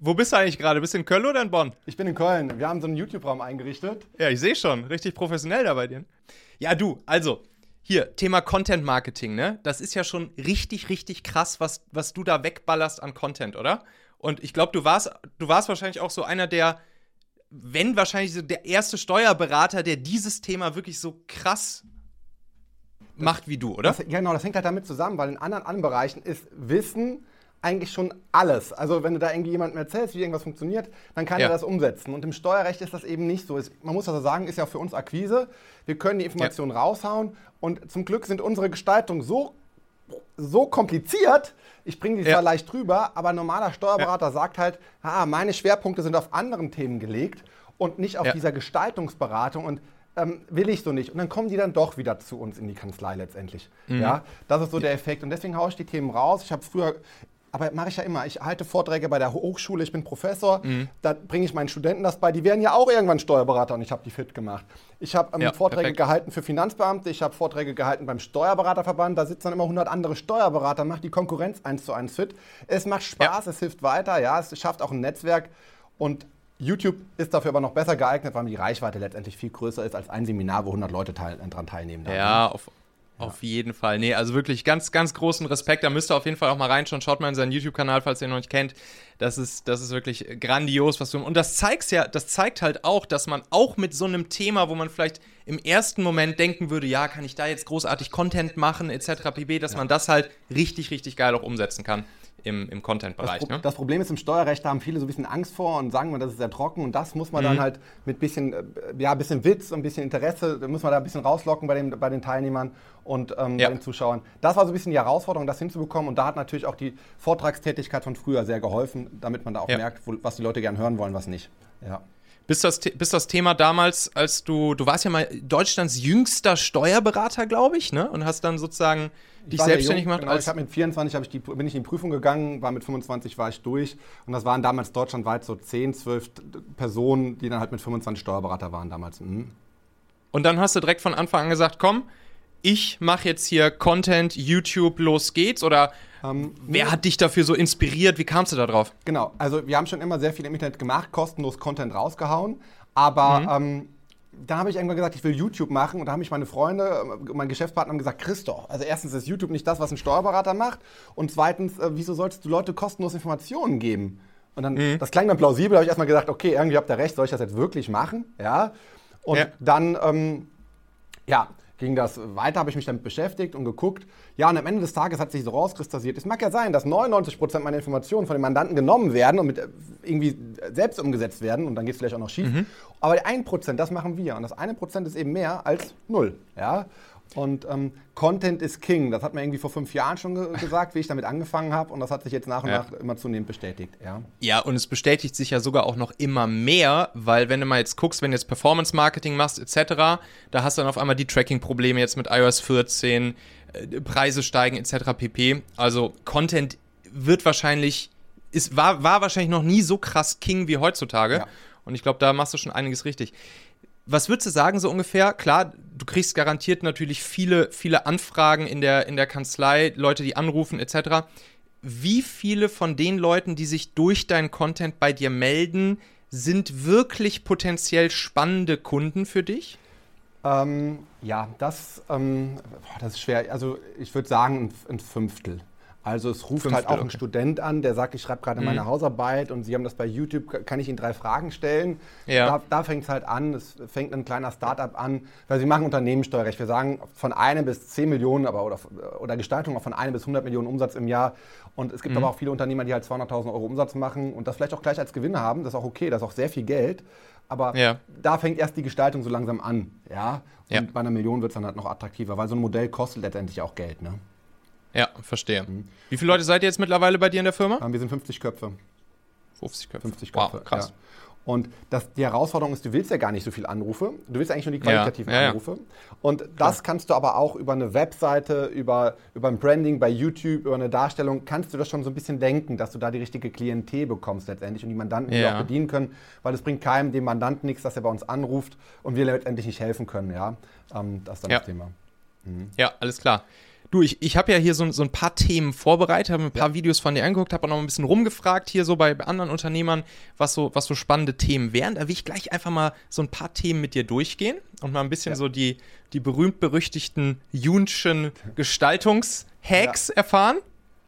Wo bist du eigentlich gerade? Bist du in Köln oder in Bonn? Ich bin in Köln. Wir haben so einen YouTube-Raum eingerichtet. Ja, ich sehe schon. Richtig professionell da bei dir. Ja, du, also, hier, Thema Content Marketing, ne? Das ist ja schon richtig, richtig krass, was du da wegballerst an Content, oder? Und ich glaube, du warst wahrscheinlich auch so einer der, wenn wahrscheinlich so der erste Steuerberater, der dieses Thema wirklich so krass macht wie du, oder? Genau, das hängt halt damit zusammen, weil in anderen Bereichen ist Wissen eigentlich schon alles. Also wenn du da irgendwie jemandem erzählst, wie irgendwas funktioniert, dann kann er das umsetzen. Und im Steuerrecht ist das eben nicht so. Man muss also sagen, ist ja für uns Akquise. Wir können die Informationen raushauen und zum Glück sind unsere Gestaltungen so kompliziert. Ich bringe die zwar leicht drüber, aber ein normaler Steuerberater sagt halt, meine Schwerpunkte sind auf anderen Themen gelegt und nicht auf dieser Gestaltungsberatung und will ich so nicht. Und dann kommen die dann doch wieder zu uns in die Kanzlei letztendlich. Ja, das ist so der Effekt. Und deswegen haue ich die Themen raus. Ich habe früher, aber mache ich ja immer, ich halte Vorträge bei der Hochschule, ich bin Professor, da bringe ich meinen Studenten das bei. Die werden ja auch irgendwann Steuerberater und ich habe die fit gemacht. Ich habe Vorträge gehalten für Finanzbeamte, ich habe Vorträge gehalten beim Steuerberaterverband, da sitzen dann immer 100 andere Steuerberater, macht die Konkurrenz 1:1 fit. Es macht Spaß, es hilft weiter, es schafft auch ein Netzwerk und YouTube ist dafür aber noch besser geeignet, weil die Reichweite letztendlich viel größer ist als ein Seminar, wo 100 Leute daran teilnehmen. Ja, auf jeden Fall. Nee, also wirklich ganz, ganz großen Respekt. Da müsst ihr auf jeden Fall auch mal reinschauen. Schaut mal in seinen YouTube-Kanal, falls ihr ihn noch nicht kennt. Das ist wirklich grandios, was du. Und das zeigt halt auch, dass man auch mit so einem Thema, wo man vielleicht im ersten Moment denken würde, ja, kann ich da jetzt großartig Content machen, etc. pp., dass man das halt richtig, richtig geil auch umsetzen kann. Im Content-Bereich. Das Problem ist, im Steuerrecht da haben viele so ein bisschen Angst vor und sagen, das ist sehr trocken und das muss man dann halt mit bisschen Witz und ein bisschen Interesse, da muss man da ein bisschen rauslocken bei den Teilnehmern und bei den Zuschauern. Das war so ein bisschen die Herausforderung, das hinzubekommen und da hat natürlich auch die Vortragstätigkeit von früher sehr geholfen, damit man da auch merkt, was die Leute gern hören wollen, was nicht. Ja. Bis das Thema damals, als du warst ja mal Deutschlands jüngster Steuerberater, glaube ich, ne? Und hast dann sozusagen dich selbstständig gemacht. Genau, ich habe mit 24 bin ich in die Prüfung gegangen, mit 25 war ich durch. Und das waren damals deutschlandweit so 10, 12 Personen, die dann halt mit 25 Steuerberater waren damals. Und dann hast du direkt von Anfang an gesagt, komm, ich mache jetzt hier Content, YouTube, los geht's? Oder wer hat dich dafür so inspiriert? Wie kamst du da drauf? Genau, also wir haben schon immer sehr viel im Internet gemacht, kostenlos Content rausgehauen. Aber da habe ich irgendwann gesagt, ich will YouTube machen. Und da haben mich meine Freunde, mein Geschäftspartner haben gesagt, Christoph, also erstens ist YouTube nicht das, was ein Steuerberater macht. Und zweitens, wieso solltest du Leute kostenlos Informationen geben? Und dann, das klang dann plausibel, habe ich erstmal gesagt, okay, irgendwie habt ihr recht, soll ich das jetzt wirklich machen? Ja. Und dann, ging das weiter, habe ich mich damit beschäftigt und geguckt. Ja, und am Ende des Tages hat sich so rauskristallisiert. Es mag ja sein, dass 99% meiner Informationen von den Mandanten genommen werden und mit irgendwie selbst umgesetzt werden und dann geht es vielleicht auch noch schief. Aber die 1%, das machen wir und das 1% ist eben mehr als 0. Ja? Und Content is King, das hat man irgendwie vor 5 Jahren schon gesagt, wie ich damit angefangen habe und das hat sich jetzt nach und nach immer zunehmend bestätigt. Ja, und es bestätigt sich ja sogar auch noch immer mehr, weil wenn du mal jetzt guckst, wenn du jetzt Performance-Marketing machst etc., da hast du dann auf einmal die Tracking-Probleme jetzt mit iOS 14, Preise steigen etc. pp. Also Content war wahrscheinlich noch nie so krass King wie heutzutage und ich glaube, da machst du schon einiges richtig. Was würdest du sagen, so ungefähr? Klar, du kriegst garantiert natürlich viele, viele Anfragen in der Kanzlei, Leute, die anrufen, etc. Wie viele von den Leuten, die sich durch deinen Content bei dir melden, sind wirklich potenziell spannende Kunden für dich? Das ist schwer. Also ich würde sagen, ein Fünftel. Also es ruft halt auch ein Student an, der sagt, ich schreibe gerade meine Hausarbeit und Sie haben das bei YouTube, kann ich Ihnen 3 Fragen stellen? Ja. Da fängt es halt an, es fängt ein kleiner Startup an, weil Sie machen Unternehmenssteuerrecht. Wir sagen von 1 bis 10 Millionen oder Gestaltung auch von 1 bis 100 Millionen Umsatz im Jahr. Und es gibt aber auch viele Unternehmer, die halt 200.000 Euro Umsatz machen und das vielleicht auch gleich als Gewinne haben. Das ist auch okay, das ist auch sehr viel Geld. Aber da fängt erst die Gestaltung so langsam an. Ja? Und bei 1 Million wird es dann halt noch attraktiver, weil so ein Modell kostet letztendlich auch Geld. Ne? Ja, verstehe. Wie viele Leute seid ihr jetzt mittlerweile bei dir in der Firma? Wir sind 50 Köpfe. 50 Köpfe. Wow, krass. Ja. Und die Herausforderung ist, du willst ja gar nicht so viele Anrufe. Du willst eigentlich nur die qualitativen Anrufe. Und das kannst du aber auch über eine Webseite, über ein Branding bei YouTube, über eine Darstellung, kannst du das schon so ein bisschen denken, dass du da die richtige Klientel bekommst letztendlich und die Mandanten die auch bedienen können. Weil es bringt keinem dem Mandanten nichts, dass er bei uns anruft und wir letztendlich nicht helfen können. Ja? Das ist dann das Thema. Ja, alles klar. Du, ich habe ja hier so ein paar Themen vorbereitet, habe mir ein paar Videos von dir angeguckt, habe auch noch ein bisschen rumgefragt hier so bei anderen Unternehmern, was so spannende Themen wären. Da will ich gleich einfach mal so ein paar Themen mit dir durchgehen und mal ein bisschen so die berühmt-berüchtigten Junschen Gestaltungs-Hacks erfahren.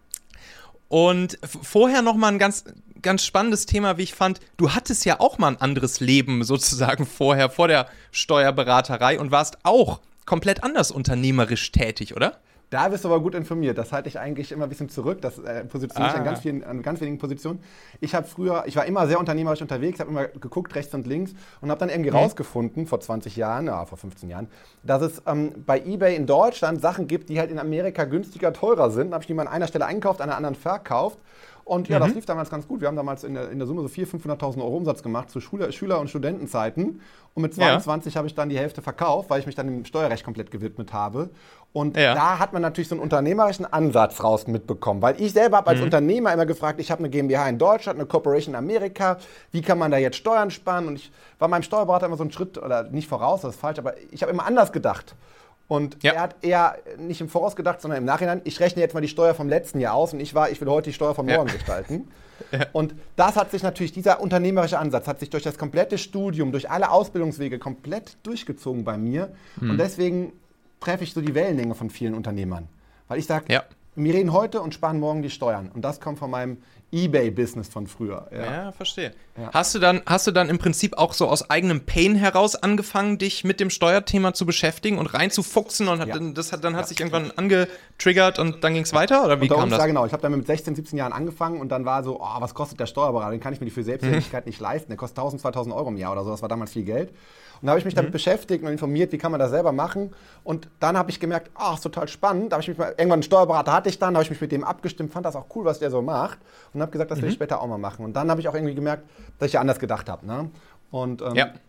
Und vorher noch mal ein ganz, ganz spannendes Thema, wie ich fand. Du hattest ja auch mal ein anderes Leben sozusagen vorher, vor der Steuerberaterei und warst auch komplett anders unternehmerisch tätig, oder? Da bist du aber gut informiert. Das halte ich eigentlich immer ein bisschen zurück. Das positioniere ich an ganz wenigen Positionen. Ich war immer sehr unternehmerisch unterwegs, habe immer geguckt, rechts und links und habe dann irgendwie rausgefunden, vor 20 Jahren, vor 15 Jahren, dass es bei eBay in Deutschland Sachen gibt, die halt in Amerika günstiger, teurer sind. Da habe ich die mal an einer Stelle einkauft, an einer anderen verkauft. Und ja, das lief damals ganz gut. Wir haben damals in der Summe so 400.000, 500.000 Euro Umsatz gemacht zu Schüler- und Studentenzeiten. Und mit 22 habe ich dann die Hälfte verkauft, weil ich mich dann dem Steuerrecht komplett gewidmet habe. Und da hat man natürlich so einen unternehmerischen Ansatz raus mitbekommen. Weil ich selber habe als Unternehmer immer gefragt, ich habe eine GmbH in Deutschland, eine Corporation in Amerika. Wie kann man da jetzt Steuern sparen? Und ich war meinem Steuerberater immer so einen Schritt, oder nicht voraus, das ist falsch, aber ich habe immer anders gedacht. Und er hat eher nicht im Voraus gedacht, sondern im Nachhinein, ich rechne jetzt mal die Steuer vom letzten Jahr aus und ich will heute die Steuer von morgen gestalten. Und das hat sich natürlich, dieser unternehmerische Ansatz hat sich durch das komplette Studium, durch alle Ausbildungswege komplett durchgezogen bei mir. Und deswegen treffe ich so die Wellenlänge von vielen Unternehmern. Weil ich sage, wir reden heute und sparen morgen die Steuern. Und das kommt von meinem eBay-Business von früher. Ja, verstehe. Ja. Hast du dann im Prinzip auch so aus eigenem Pain heraus angefangen, dich mit dem Steuerthema zu beschäftigen und reinzufuchsen und hat sich irgendwann angetriggert und dann ging es weiter? Oder wie kam das? Ja, genau. Ich habe dann mit 16, 17 Jahren angefangen und dann war so, was kostet der Steuerberater? Den kann ich mir für Selbstständigkeit nicht leisten. Der kostet 1.000, 2.000 Euro im Jahr oder so. Das war damals viel Geld. Und da habe ich mich damit beschäftigt und informiert, wie kann man das selber machen. Und dann habe ich gemerkt, ist total spannend. Da habe ich mich irgendwann einen Steuerberater hatte ich dann, da habe ich mich mit dem abgestimmt, fand das auch cool, was der so macht. Und habe gesagt, das will ich später auch mal machen. Und dann habe ich auch irgendwie gemerkt, dass ich ja anders gedacht habe. Ne? Und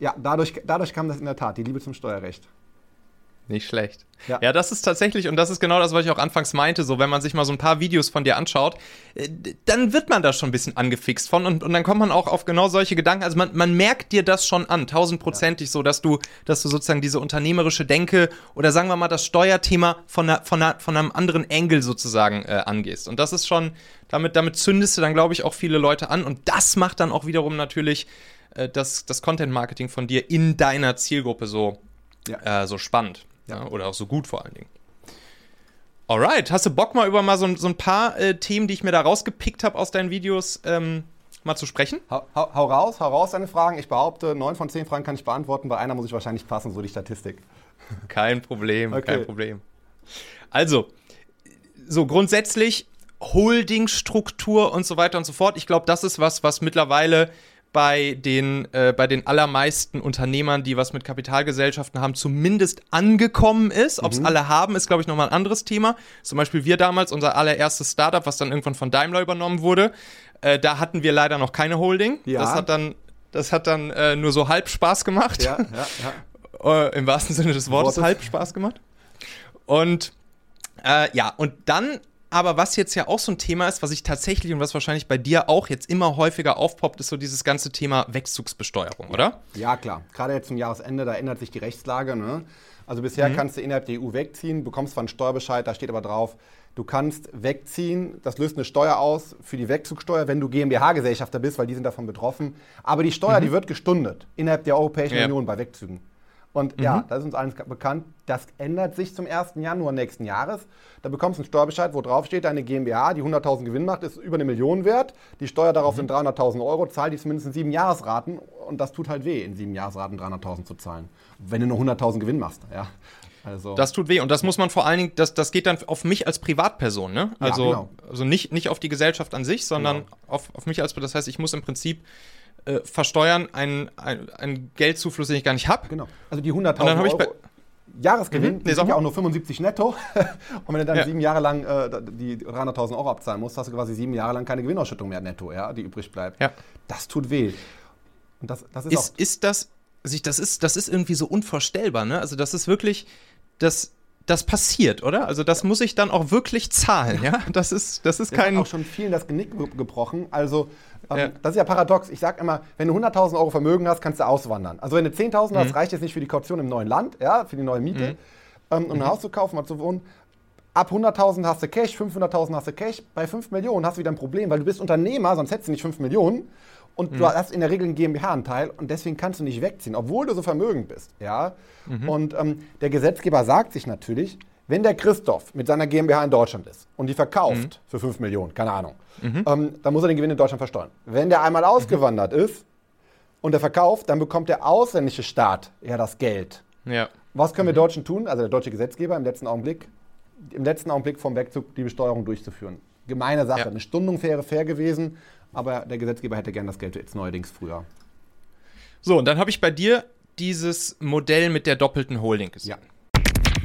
dadurch kam das in der Tat, die Liebe zum Steuerrecht. Nicht schlecht. Ja, das ist tatsächlich, und das ist genau das, was ich auch anfangs meinte, so wenn man sich mal so ein paar Videos von dir anschaut, dann wird man da schon ein bisschen angefixt von und dann kommt man auch auf genau solche Gedanken. Also man merkt dir das schon an, 1000%ig so, dass du sozusagen diese unternehmerische Denke oder sagen wir mal das Steuerthema von einem anderen Angle sozusagen angehst. Und das ist schon, damit zündest du dann, glaube ich, auch viele Leute an und das macht dann auch wiederum natürlich das Content-Marketing von dir in deiner Zielgruppe so spannend. Ja, oder auch so gut vor allen Dingen. Alright, hast du Bock mal über so ein paar Themen, die ich mir da rausgepickt habe aus deinen Videos, mal zu sprechen? Hau raus deine Fragen. Ich behaupte, 9 von 10 Fragen kann ich beantworten. Bei einer muss ich wahrscheinlich passen, so die Statistik. Kein Problem, kein Problem. Also, so grundsätzlich Holdingstruktur und so weiter und so fort. Ich glaube, das ist was mittlerweile bei den allermeisten Unternehmern, die was mit Kapitalgesellschaften haben, zumindest angekommen ist. Ob es alle haben, ist, glaube ich, nochmal ein anderes Thema. Zum Beispiel wir damals, unser allererstes Startup, was dann irgendwann von Daimler übernommen wurde, da hatten wir leider noch keine Holding. Ja. Das hat dann nur so halb Spaß gemacht. Im wahrsten Sinne des Wortes halb Spaß gemacht. Und und dann aber was jetzt ja auch so ein Thema ist, was ich tatsächlich und was wahrscheinlich bei dir auch jetzt immer häufiger aufpoppt, ist so dieses ganze Thema Wegzugsbesteuerung, oder? Ja, klar. Gerade jetzt zum Jahresende, da ändert sich die Rechtslage. Ne? Also bisher kannst du innerhalb der EU wegziehen, bekommst zwar einen Steuerbescheid, da steht aber drauf, du kannst wegziehen, das löst eine Steuer aus für die Wegzugsteuer, wenn du GmbH-Gesellschafter bist, weil die sind davon betroffen. Aber die Steuer, die wird gestundet innerhalb der Europäischen Union bei Wegzügen. Und das ist uns allen bekannt, das ändert sich zum 1. Januar nächsten Jahres. Da bekommst du einen Steuerbescheid, wo drauf steht, deine GmbH, die 100.000 Gewinn macht, ist über 1 Million wert. Die Steuer darauf sind 300.000 Euro, zahl die zumindest in 7 Jahresraten. Und das tut halt weh, in 7 Jahresraten 300.000 zu zahlen. Wenn du nur 100.000 Gewinn machst, Also. Das tut weh und das muss man vor allen Dingen, das geht dann auf mich als Privatperson, ne? Also nicht auf die Gesellschaft an sich, sondern auf mich als, das heißt, ich muss im Prinzip versteuern einen Geldzufluss, den ich gar nicht habe. Genau. Also die 100.000 Euro Jahresgewinn, die sind ja auch nur 75 netto. Und wenn du dann 7 Jahre lang die 300.000 Euro abzahlen musst, hast du quasi 7 Jahre lang keine Gewinnausschüttung mehr netto, die übrig bleibt. Ja. Das tut weh. Und das ist das ist irgendwie so unvorstellbar, ne? Also das ist wirklich, das passiert, oder? Also das muss ich dann auch wirklich zahlen, ja? Das ist kein... hat auch schon vielen das Genick gebrochen. Also das ist ja paradox. Ich sage immer, wenn du 100.000 Euro Vermögen hast, kannst du auswandern. Also wenn du 10.000 hast, reicht es nicht für die Kaution im neuen Land, für die neue Miete, um ein Haus zu kaufen, mal zu wohnen. Ab 100.000 hast du Cash, 500.000 hast du Cash. Bei 5 Millionen hast du wieder ein Problem, weil du bist Unternehmer, sonst hättest du nicht 5 Millionen. Und du hast in der Regel einen GmbH-Anteil und deswegen kannst du nicht wegziehen, obwohl du so vermögend bist. Ja? Und der Gesetzgeber sagt sich natürlich, wenn der Christoph mit seiner GmbH in Deutschland ist und die verkauft für 5 Millionen, keine Ahnung, dann muss er den Gewinn in Deutschland versteuern. Wenn der einmal ausgewandert ist und er verkauft, dann bekommt der ausländische Staat ja das Geld. Ja. Was können wir Deutschen tun, also der deutsche Gesetzgeber im letzten Augenblick vom Wegzug die Besteuerung durchzuführen? Gemeine Sache, eine Stundung wäre fair gewesen, aber der Gesetzgeber hätte gern das Geld jetzt neuerdings früher. So, und dann habe ich bei dir dieses Modell mit der doppelten Holding gesehen. Ja.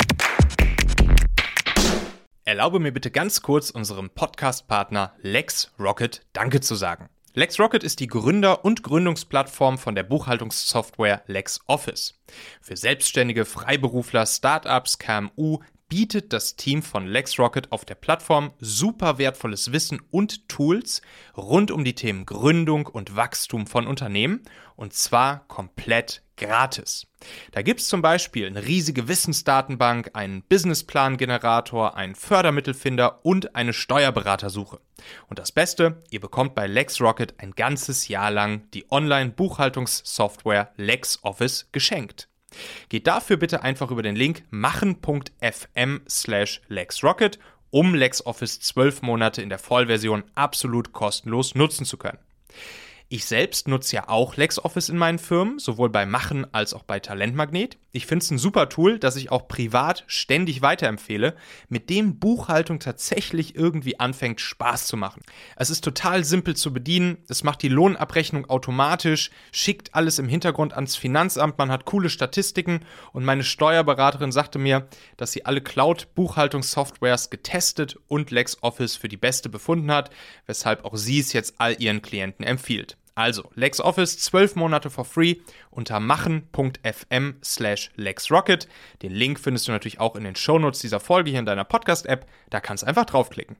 Erlaube mir bitte ganz kurz unserem Podcast-Partner LexRocket Danke zu sagen. LexRocket ist die Gründer- und Gründungsplattform von der Buchhaltungssoftware LexOffice. Für Selbstständige, Freiberufler, Startups, KMU bietet das Team von LexRocket auf der Plattform super wertvolles Wissen und Tools rund um die Themen Gründung und Wachstum von Unternehmen, und zwar komplett gratis. Da gibt es zum Beispiel eine riesige Wissensdatenbank, einen Businessplan-Generator, einen Fördermittelfinder und eine Steuerberatersuche. Und das Beste, ihr bekommt bei LexRocket ein ganzes Jahr lang die Online-Buchhaltungssoftware LexOffice geschenkt. Geht dafür bitte einfach über den Link machen.fm/LexRocket, um LexOffice 12 Monate in der Vollversion absolut kostenlos nutzen zu können. Ich selbst nutze ja auch LexOffice in meinen Firmen, sowohl bei Machen als auch bei Talentmagnet. Ich finde es ein super Tool, das ich auch privat ständig weiterempfehle, mit dem Buchhaltung tatsächlich irgendwie anfängt, Spaß zu machen. Es ist total simpel zu bedienen, es macht die Lohnabrechnung automatisch, schickt alles im Hintergrund ans Finanzamt, man hat coole Statistiken, und meine Steuerberaterin sagte mir, dass sie alle Cloud-Buchhaltungssoftwares getestet und LexOffice für die beste befunden hat, weshalb auch sie es jetzt all ihren Klienten empfiehlt. Also, LexOffice 12 Monate for free unter machen.fm/LexRocket. Den Link findest du natürlich auch in den Shownotes dieser Folge hier in deiner Podcast-App. Da kannst du einfach draufklicken.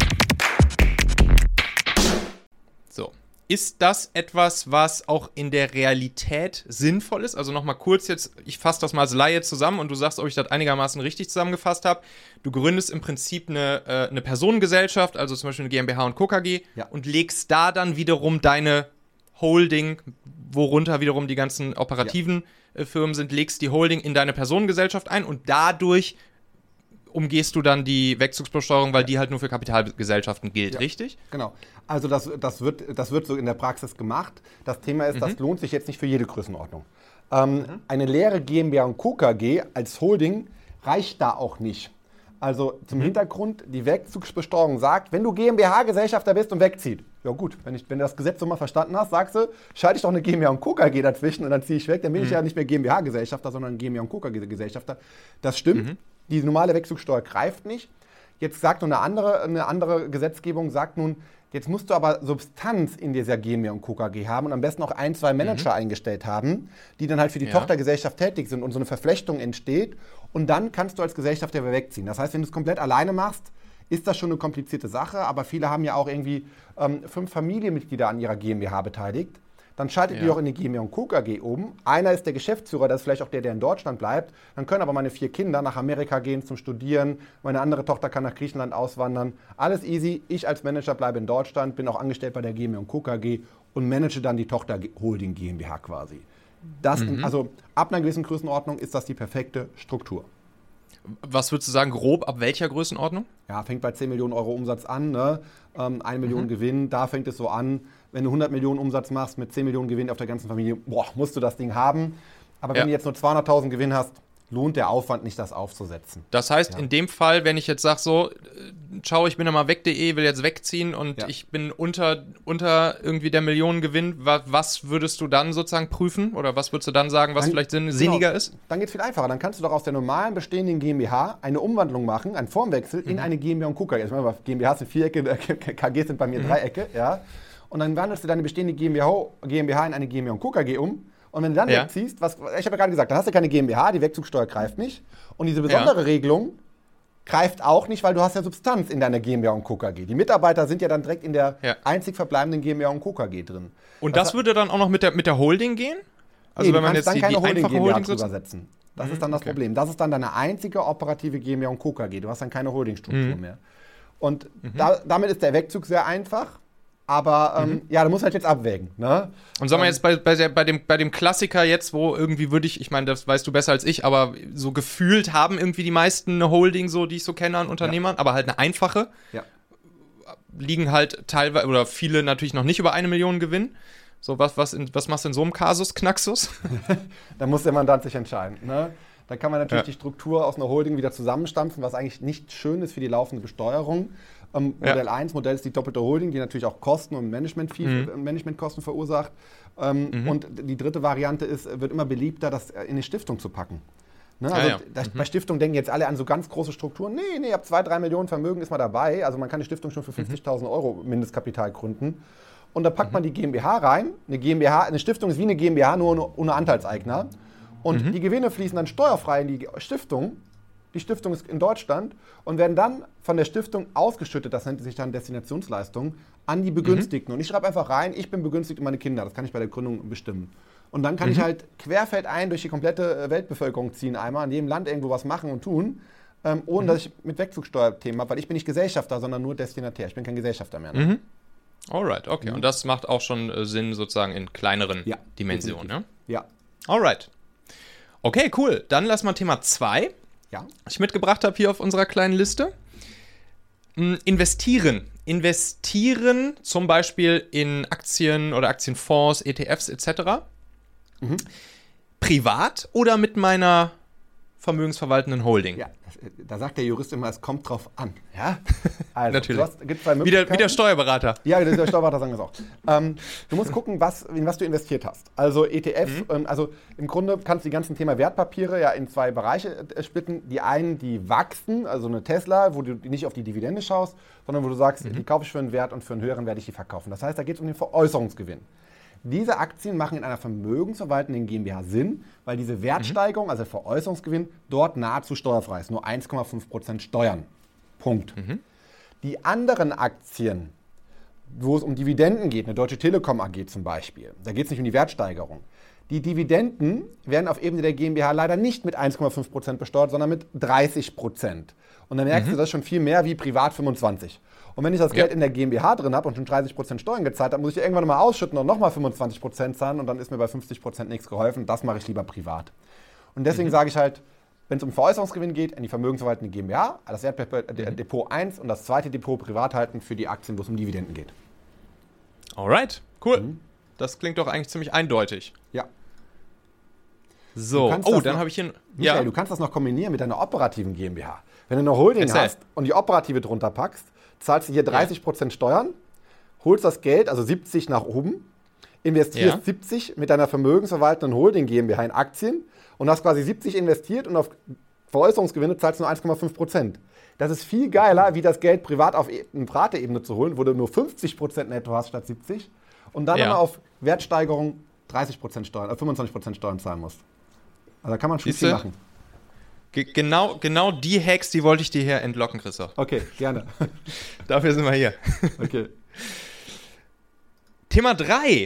So. Ist das etwas, was auch in der Realität sinnvoll ist? Also nochmal kurz jetzt, ich fasse das mal als Laie zusammen und du sagst, ob ich das einigermaßen richtig zusammengefasst habe. Du gründest im Prinzip eine Personengesellschaft, also zum Beispiel eine GmbH und Co. KG, und legst da dann wiederum deine Holding, worunter wiederum die ganzen operativen Firmen sind, legst die Holding in deine Personengesellschaft ein und dadurch umgehst du dann die Wegzugsbesteuerung, weil die halt nur für Kapitalgesellschaften gilt, richtig? Genau. Also das wird so in der Praxis gemacht. Das Thema ist, das lohnt sich jetzt nicht für jede Größenordnung. Eine leere GmbH und Co. KG als Holding reicht da auch nicht. Also zum Hintergrund, die Wegzugsbesteuerung sagt, wenn du GmbH-Gesellschafter bist und wegzieht, ja gut, wenn du das Gesetz so mal verstanden hast, sagst du, schalte ich doch eine GmbH und Co. KG dazwischen und dann ziehe ich weg, dann bin ich ja nicht mehr GmbH-Gesellschafter, sondern GmbH und Co. KG-Gesellschafter. Das stimmt, die normale Wegzugssteuer greift nicht. Jetzt sagt nun eine andere Gesetzgebung, sagt nun, jetzt musst du aber Substanz in dieser GmbH und Co. KG haben und am besten auch 1, 2 Manager eingestellt haben, die dann halt für die Tochtergesellschaft tätig sind und so eine Verflechtung entsteht. Und dann kannst du als Gesellschafter wegziehen. Das heißt, wenn du es komplett alleine machst, ist das schon eine komplizierte Sache. Aber viele haben ja auch irgendwie 5 Familienmitglieder an ihrer GmbH beteiligt. Dann schaltet die auch in die GmbH und Co. KG um. Einer ist der Geschäftsführer, das ist vielleicht auch der in Deutschland bleibt. Dann können aber meine 4 Kinder nach Amerika gehen zum Studieren. Meine andere Tochter kann nach Griechenland auswandern. Alles easy. Ich als Manager bleibe in Deutschland, bin auch angestellt bei der GmbH und Co. KG und manage dann die Tochter-Holding GmbH quasi. Also ab einer gewissen Größenordnung ist das die perfekte Struktur. Was würdest du sagen, grob ab welcher Größenordnung? Ja, fängt bei 10 Millionen Euro Umsatz an, ne? 1 Million Gewinn, da fängt es so an. Wenn du 100 Millionen Umsatz machst mit 10 Millionen Gewinn auf der ganzen Familie, musst du das Ding haben. Aber wenn du jetzt nur 200.000 Gewinn hast, lohnt der Aufwand nicht, das aufzusetzen. Das heißt, in dem Fall, wenn ich jetzt sage so, ciao, ich bin mal weg.de, will jetzt wegziehen und ich bin unter irgendwie der Millionengewinn, was würdest du dann sozusagen prüfen? Oder was würdest du dann sagen, was vielleicht sinniger ist? Dann geht es viel einfacher. Dann kannst du doch aus der normalen bestehenden GmbH eine Umwandlung machen, einen Formwechsel in eine GmbH und Co. KG. Ich meine, GmbH sind 4 Ecke, KG sind bei mir 3 Ecke. Ja. Und dann wandelst du deine bestehende GmbH in eine GmbH und Co. KG um. Und wenn du dann wegziehst, ich habe ja gerade gesagt, dann hast du keine GmbH, die Wegzugsteuer greift nicht. Und diese besondere Regelung greift auch nicht, weil du hast ja Substanz in deiner GmbH und Co. KG. Die Mitarbeiter sind ja dann direkt in der einzig verbleibenden GmbH und Co. KG drin. Und das würde dann auch noch mit der Holding gehen? Also wenn man jetzt dann die keine einfache Holding Holding drüber setzen. Das ist dann das Problem. Das ist dann deine einzige operative GmbH und Co. KG. Du hast dann keine Holdingstruktur mehr. Und damit ist der Wegzug sehr einfach. Aber du musst halt jetzt abwägen. Ne? Und sagen wir jetzt bei dem Klassiker jetzt, wo irgendwie ich meine, das weißt du besser als ich, aber so gefühlt haben irgendwie die meisten eine Holding, so, die ich so kenne an Unternehmern, aber halt eine einfache. Ja. Liegen halt teilweise, oder viele natürlich noch nicht über 1 Million Gewinn. So, was machst du in so einem Kasus, Knaxus? Da muss der Mandant sich entscheiden. Ne? Da kann man natürlich die Struktur aus einer Holding wieder zusammenstampfen, was eigentlich nicht schön ist für die laufende Besteuerung. Modell 1, Modell ist die doppelte Holding, die natürlich auch Kosten und Managementkosten verursacht. Und die dritte Variante wird immer beliebter, das in eine Stiftung zu packen. Ne? Also bei Stiftung denken jetzt alle an so ganz große Strukturen. Nee, ab 2-3 Millionen Vermögen ist man dabei. Also man kann eine Stiftung schon für 50.000 Euro Mindestkapital gründen. Und da packt man die GmbH rein. Eine Stiftung ist wie eine GmbH, nur ohne Anteilseigner. Und die Gewinne fließen dann steuerfrei in die Stiftung. Die Stiftung ist in Deutschland und werden dann von der Stiftung ausgeschüttet, das nennt sich dann Destinationsleistung, an die Begünstigten. Und ich schreibe einfach rein, ich bin begünstigt und meine Kinder. Das kann ich bei der Gründung bestimmen. Und dann kann ich halt querfeldein durch die komplette Weltbevölkerung ziehen, einmal in jedem Land irgendwo was machen und tun, ohne dass ich mit Wegzugsteuerthemen habe, weil ich bin nicht Gesellschafter, sondern nur Destinatär. Ich bin kein Gesellschafter mehr. Ne? Alright, okay. Und das macht auch schon Sinn sozusagen in kleineren Dimensionen, ne? Ja. Alright. Okay, cool. Dann lass mal Thema 2, was ich mitgebracht habe hier auf unserer kleinen Liste. Investieren. Investieren zum Beispiel in Aktien oder Aktienfonds, ETFs etc. Privat oder mit meiner vermögensverwaltenden Holding? Ja, da sagt der Jurist immer, es kommt drauf an. Ja? Also, natürlich. Gibt's zwei Möglichkeiten. Wie der Steuerberater. Ja, der Steuerberater sagen das auch. Du musst gucken, in was du investiert hast. Also ETF, also im Grunde kannst du die ganzen Thema Wertpapiere ja in zwei Bereiche splitten. Die einen, die wachsen, also eine Tesla, wo du nicht auf die Dividende schaust, sondern wo du sagst, die kaufe ich für einen Wert und für einen höheren werde ich die verkaufen. Das heißt, da geht es um den Veräußerungsgewinn. Diese Aktien machen in einer vermögensverwaltenden GmbH Sinn, weil diese Wertsteigerung, also der Veräußerungsgewinn, dort nahezu steuerfrei ist. Nur 1,5% Steuern. Punkt. Die anderen Aktien, wo es um Dividenden geht, eine Deutsche Telekom AG zum Beispiel, da geht es nicht um die Wertsteigerung. Die Dividenden werden auf Ebene der GmbH leider nicht mit 1,5% besteuert, sondern mit 30%. Und dann merkst du, das ist schon viel mehr wie privat 25%. Und wenn ich das Geld in der GmbH drin habe und schon 30% Steuern gezahlt habe, muss ich irgendwann mal ausschütten und nochmal 25% zahlen und dann ist mir bei 50% nichts geholfen. Das mache ich lieber privat. Und deswegen sage ich halt, wenn es um Veräußerungsgewinn geht, in die vermögensverwaltende GmbH, das Depot 1 und das zweite Depot privat halten für die Aktien, wo es um Dividenden geht. Alright, cool. Das klingt doch eigentlich ziemlich eindeutig. Ja. So, dann habe ich hier... Michael, du kannst das noch kombinieren mit deiner operativen GmbH. Wenn du eine Holding hast und die operative drunter packst, zahlst du hier 30% Steuern, holst das Geld, also 70 nach oben, investierst 70 mit deiner vermögensverwaltenden Holding GmbH in Aktien und hast quasi 70 investiert und auf Veräußerungsgewinne zahlst du nur 1,5%. Das ist viel geiler, wie das Geld privat auf privater Ebene zu holen, wo du nur 50% netto hast statt 70 und dann nochmal auf Wertsteigerung 30% Steuern, 25% Steuern zahlen musst. Also da kann man schon viel machen. Genau die Hacks, die wollte ich dir hier entlocken, Christoph. Okay, gerne. Dafür sind wir hier. Okay. Thema 3.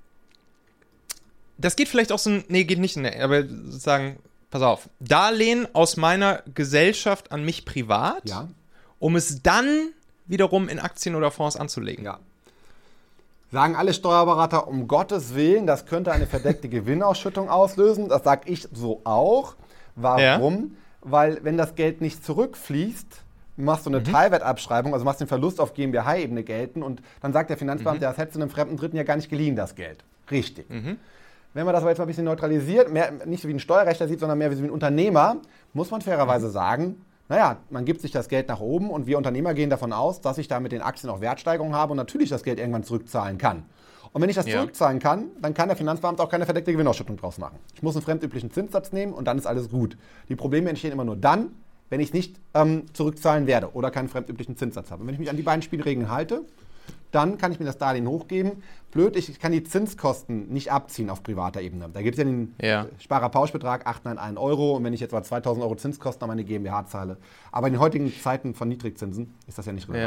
Das geht vielleicht auch so, geht nicht, aber sozusagen, pass auf. Darlehen aus meiner Gesellschaft an mich privat, um es dann wiederum in Aktien oder Fonds anzulegen. Ja. Sagen alle Steuerberater, um Gottes Willen, das könnte eine verdeckte Gewinnausschüttung auslösen. Das sage ich so auch. Warum? Ja. Weil wenn das Geld nicht zurückfließt, machst du eine Teilwertabschreibung, also machst den Verlust auf GmbH-Ebene gelten und dann sagt der Finanzbeamte, das hättest du einem fremden Dritten ja gar nicht geliehen, das Geld. Richtig. Wenn man das aber jetzt mal ein bisschen neutralisiert, nicht so wie ein Steuerrechtler sieht, sondern mehr wie ein Unternehmer, muss man fairerweise sagen, naja, man gibt sich das Geld nach oben und wir Unternehmer gehen davon aus, dass ich da mit den Aktien auch Wertsteigerungen habe und natürlich das Geld irgendwann zurückzahlen kann. Und wenn ich das zurückzahlen kann, dann kann der Finanzbeamte auch keine verdeckte Gewinnausschüttung draus machen. Ich muss einen fremdüblichen Zinssatz nehmen und dann ist alles gut. Die Probleme entstehen immer nur dann, wenn ich es nicht zurückzahlen werde oder keinen fremdüblichen Zinssatz habe. Und wenn ich mich an die beiden Spielregeln halte, dann kann ich mir das Darlehen hochgeben. Blöd, ich kann die Zinskosten nicht abziehen auf privater Ebene. Da gibt es ja den Sparerpauschbetrag 891 € und wenn ich jetzt mal 2.000 € Zinskosten an meine GmbH zahle. Aber in den heutigen Zeiten von Niedrigzinsen ist das ja nicht relevant.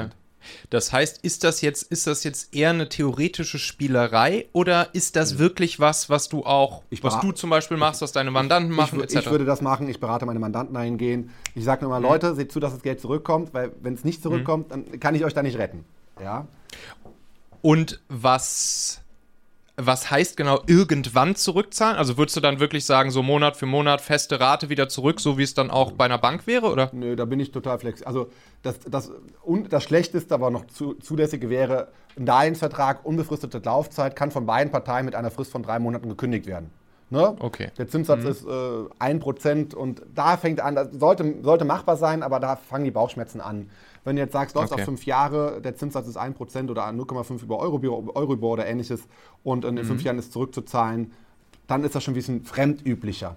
Das heißt, ist das jetzt eher eine theoretische Spielerei oder ist das wirklich was du zum Beispiel machst, was deine Mandanten machen, etc.? Ich würde das machen, ich berate meine Mandanten dahingehend. Ich sage nur mal, Leute, seht zu, dass das Geld zurückkommt, weil wenn es nicht zurückkommt, dann kann ich euch da nicht retten. Ja? Und was heißt genau irgendwann zurückzahlen? Also würdest du dann wirklich sagen, so Monat für Monat feste Rate wieder zurück, so wie es dann auch bei einer Bank wäre, oder? Nö, da bin ich total flexibel. Also das Schlechteste, aber noch zulässige wäre, ein Darlehensvertrag, unbefristete Laufzeit, kann von beiden Parteien mit einer Frist von 3 Monaten gekündigt werden. Ne? Okay. Der Zinssatz ist 1% und da fängt an, das sollte machbar sein, aber da fangen die Bauchschmerzen an. Wenn du jetzt sagst, läufst auf 5 Jahre, der Zinssatz ist 1% oder 0,5 über Euribor oder ähnliches und in 5 Jahren ist zurückzuzahlen, dann ist das schon ein bisschen fremdüblicher.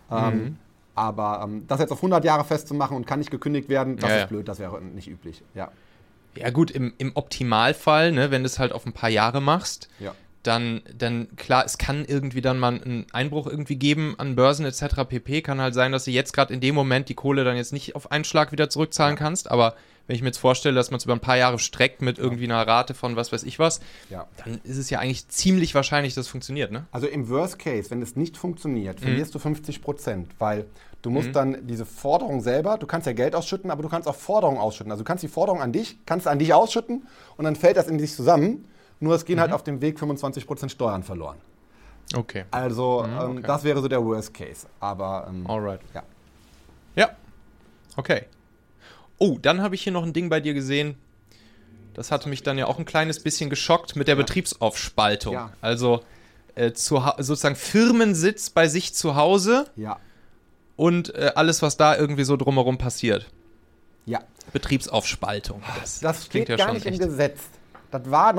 Aber das jetzt auf 100 Jahre festzumachen und kann nicht gekündigt werden, das ist blöd, das wäre nicht üblich. Ja, ja gut, im Optimalfall, ne, wenn du es halt auf ein paar Jahre machst, dann klar, es kann irgendwie dann mal einen Einbruch irgendwie geben an Börsen etc. pp. Kann halt sein, dass du jetzt gerade in dem Moment die Kohle dann jetzt nicht auf einen Schlag wieder zurückzahlen kannst, aber wenn ich mir jetzt vorstelle, dass man es über ein paar Jahre streckt mit irgendwie einer Rate von was weiß ich was, dann ist es ja eigentlich ziemlich wahrscheinlich, dass es funktioniert, ne? Also im Worst Case, wenn es nicht funktioniert, verlierst du 50%, weil du musst dann diese Forderung selber, du kannst ja Geld ausschütten, aber du kannst auch Forderungen ausschütten. Also du kannst die Forderung an dich ausschütten und dann fällt das in sich zusammen, nur es gehen halt auf dem Weg 25% Steuern verloren. Okay. Also das wäre so der Worst Case, aber alright. Ja, okay. Oh, dann habe ich hier noch ein Ding bei dir gesehen. Das hatte mich dann ja auch ein kleines bisschen geschockt mit der Betriebsaufspaltung. Ja. Also sozusagen Firmensitz bei sich zu Hause und alles, was da irgendwie so drumherum passiert. Ja. Betriebsaufspaltung. Das steht ja gar nicht im Gesetz. Das war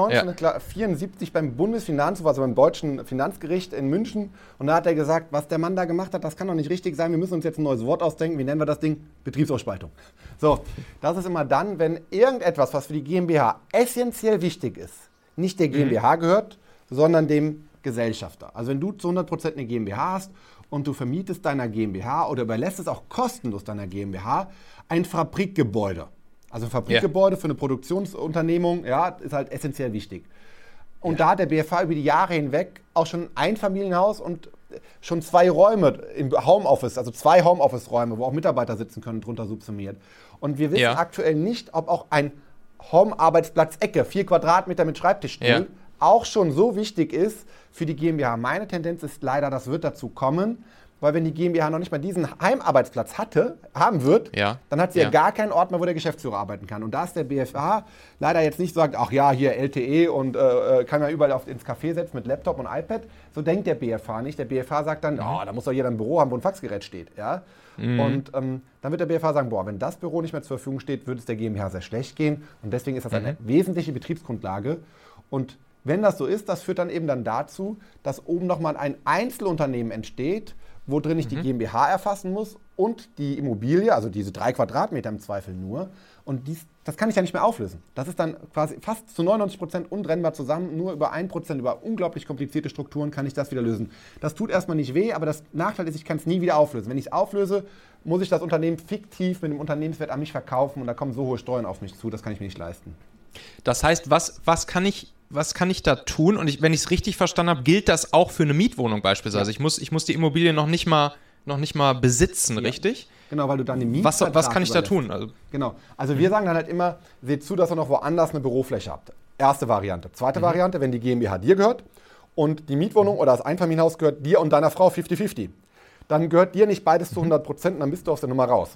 1974 beim Bundesfinanzhof, also beim deutschen Finanzgericht in München. Und da hat er gesagt, was der Mann da gemacht hat, das kann doch nicht richtig sein. Wir müssen uns jetzt ein neues Wort ausdenken. Wie nennen wir das Ding? Betriebsaufspaltung. So, das ist immer dann, wenn irgendetwas, was für die GmbH essentiell wichtig ist, nicht der GmbH gehört, sondern dem Gesellschafter. Also wenn du zu 100% eine GmbH hast und du vermietest deiner GmbH oder überlässt es auch kostenlos deiner GmbH ein Fabrikgebäude. Also ein Fabrikgebäude für eine Produktionsunternehmung, ist halt essentiell wichtig. Und da hat der BFH über die Jahre hinweg auch schon ein Familienhaus und schon 2 Räume im Homeoffice, also 2 Homeoffice-Räume, wo auch Mitarbeiter sitzen können, drunter subsumiert. Und wir wissen aktuell nicht, ob auch ein Home-Arbeitsplatz-Ecke, 4 Quadratmeter mit Schreibtischstuhl, auch schon so wichtig ist für die GmbH. Meine Tendenz ist leider, das wird dazu kommen, weil wenn die GmbH noch nicht mal diesen Heimarbeitsplatz haben wird, dann hat sie ja gar keinen Ort mehr, wo der Geschäftsführer arbeiten kann. Und da ist der BFH leider jetzt nicht sagt, ach ja, hier LTE und kann man überall ins Café setzen mit Laptop und iPad. So denkt der BFH nicht. Der BFH sagt dann, da muss doch jeder ein Büro haben, wo ein Faxgerät steht. Ja? Und dann wird der BFH sagen, wenn das Büro nicht mehr zur Verfügung steht, würde es der GmbH sehr schlecht gehen. Und deswegen ist das eine wesentliche Betriebsgrundlage. Und wenn das so ist, das führt dann eben dazu, dass oben nochmal ein Einzelunternehmen entsteht, wo drin ich die GmbH erfassen muss und die Immobilie, also diese 3 Quadratmeter im Zweifel nur. Und das kann ich ja nicht mehr auflösen. Das ist dann quasi fast zu 99% untrennbar zusammen. Nur über 1%, über unglaublich komplizierte Strukturen kann ich das wieder lösen. Das tut erstmal nicht weh, aber das Nachteil ist, ich kann es nie wieder auflösen. Wenn ich es auflöse, muss ich das Unternehmen fiktiv mit dem Unternehmenswert an mich verkaufen und da kommen so hohe Steuern auf mich zu, das kann ich mir nicht leisten. Das heißt, was kann ich da tun? Und wenn ich es richtig verstanden habe, gilt das auch für eine Mietwohnung beispielsweise. Ich muss die Immobilie noch nicht mal besitzen, richtig? Genau, weil du dann den Mietvertrag Was kann ich da tun? Genau. Also wir sagen dann halt immer, seht zu, dass ihr noch woanders eine Bürofläche habt. Erste Variante. Zweite Variante, wenn die GmbH dir gehört und die Mietwohnung oder das Einfamilienhaus gehört dir und deiner Frau 50-50. Dann gehört dir nicht beides zu 100% und dann bist du aus der Nummer raus.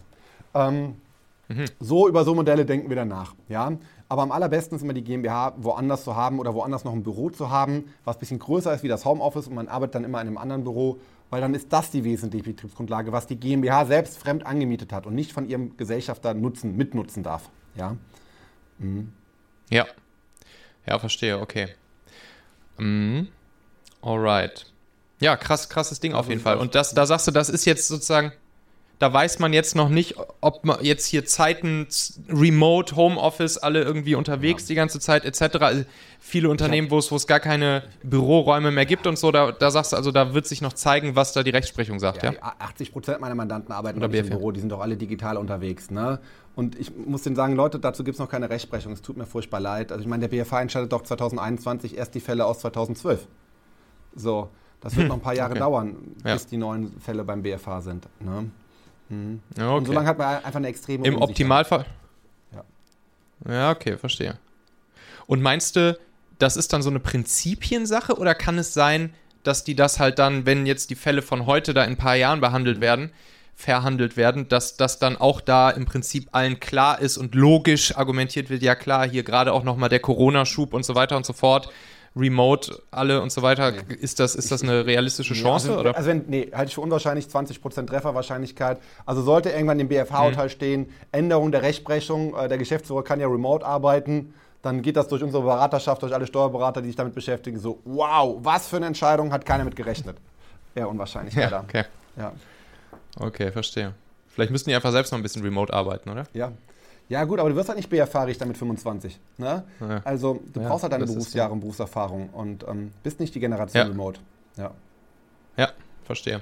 Über so Modelle denken wir danach. Ja? Aber am allerbesten ist immer die GmbH woanders zu haben oder woanders noch ein Büro zu haben, was ein bisschen größer ist wie das Homeoffice und man arbeitet dann immer in einem anderen Büro, weil dann ist das die wesentliche Betriebsgrundlage, was die GmbH selbst fremd angemietet hat und nicht von ihrem Gesellschafter mitnutzen darf. Ja, ja, verstehe, okay. Alright. Ja, krasses Ding auf jeden Fall. Und da sagst du, das ist jetzt sozusagen, da weiß man jetzt noch nicht, ob man jetzt hier Zeiten, Remote, Homeoffice, alle irgendwie unterwegs die ganze Zeit etc. Also viele Unternehmen, wo es gar keine Büroräume mehr gibt und so, da sagst du, also da wird sich noch zeigen, was da die Rechtsprechung sagt, ja? 80% meiner Mandanten arbeiten noch nicht im Büro, die sind doch alle digital unterwegs, ne? Und ich muss denen sagen, Leute, dazu gibt es noch keine Rechtsprechung, es tut mir furchtbar leid. Also ich meine, der BFH entscheidet doch 2021 erst die Fälle aus 2012. So, das wird noch ein paar Jahre dauern, bis die neuen Fälle beim BFH sind, ne? Ja, okay. Und solange hat man einfach eine extreme Im Optimalfall? Ja. Ja, okay, verstehe. Und meinst du, das ist dann so eine Prinzipiensache oder kann es sein, dass die das halt dann, wenn jetzt die Fälle von heute da in ein paar Jahren verhandelt werden, dass das dann auch da im Prinzip allen klar ist und logisch argumentiert wird, ja klar, hier gerade auch nochmal der Corona-Schub und so weiter und so fort, Remote, alle und so weiter. Nee. Ist das eine realistische Chance? Also, oder? Halte ich für unwahrscheinlich, 20% Trefferwahrscheinlichkeit. Also sollte irgendwann im BFH-Urteil stehen, Änderung der Rechtsprechung, der Geschäftsführer kann ja remote arbeiten, dann geht das durch unsere Beraterschaft, durch alle Steuerberater, die sich damit beschäftigen, so, wow, was für eine Entscheidung, hat keiner mit gerechnet. Eher unwahrscheinlich, leider. Okay. Ja. Okay, verstehe. Vielleicht müssen die einfach selbst noch ein bisschen remote arbeiten, oder? Ja. Ja gut, aber du wirst halt nicht BFH-Richter mit 25. Ne? Ja. Also du brauchst halt deine Berufsjahre und Berufserfahrung und bist nicht die Generation Remote. Ja, verstehe.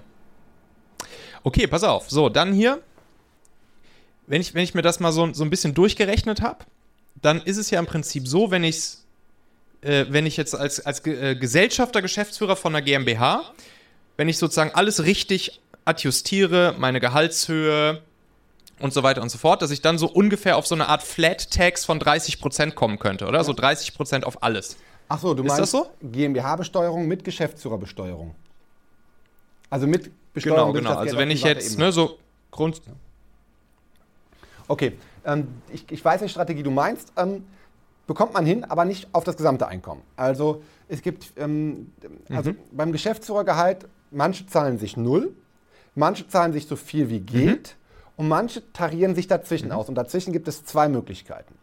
Okay, pass auf. So, dann hier, wenn ich mir das mal so ein bisschen durchgerechnet habe, dann ist es ja im Prinzip so, wenn ich jetzt als Gesellschafter, Geschäftsführer von einer GmbH, wenn ich sozusagen alles richtig adjustiere, meine Gehaltshöhe und so weiter und so fort, dass ich dann so ungefähr auf so eine Art Flat Tax von 30% kommen könnte, oder? Ja. So 30% auf alles. Ach so, du meinst das so? GmbH-Besteuerung mit Geschäftsführerbesteuerung. Also mit Besteuerung. Genau. Also wenn ich jetzt, so Grund... Okay, ich weiß, welche Strategie du meinst. Bekommt man hin, aber nicht auf das gesamte Einkommen. Also es gibt, beim Geschäftsführergehalt, manche zahlen sich 0, manche zahlen sich so viel wie geht. Und manche tarieren sich dazwischen aus. Und dazwischen gibt es 2 Möglichkeiten.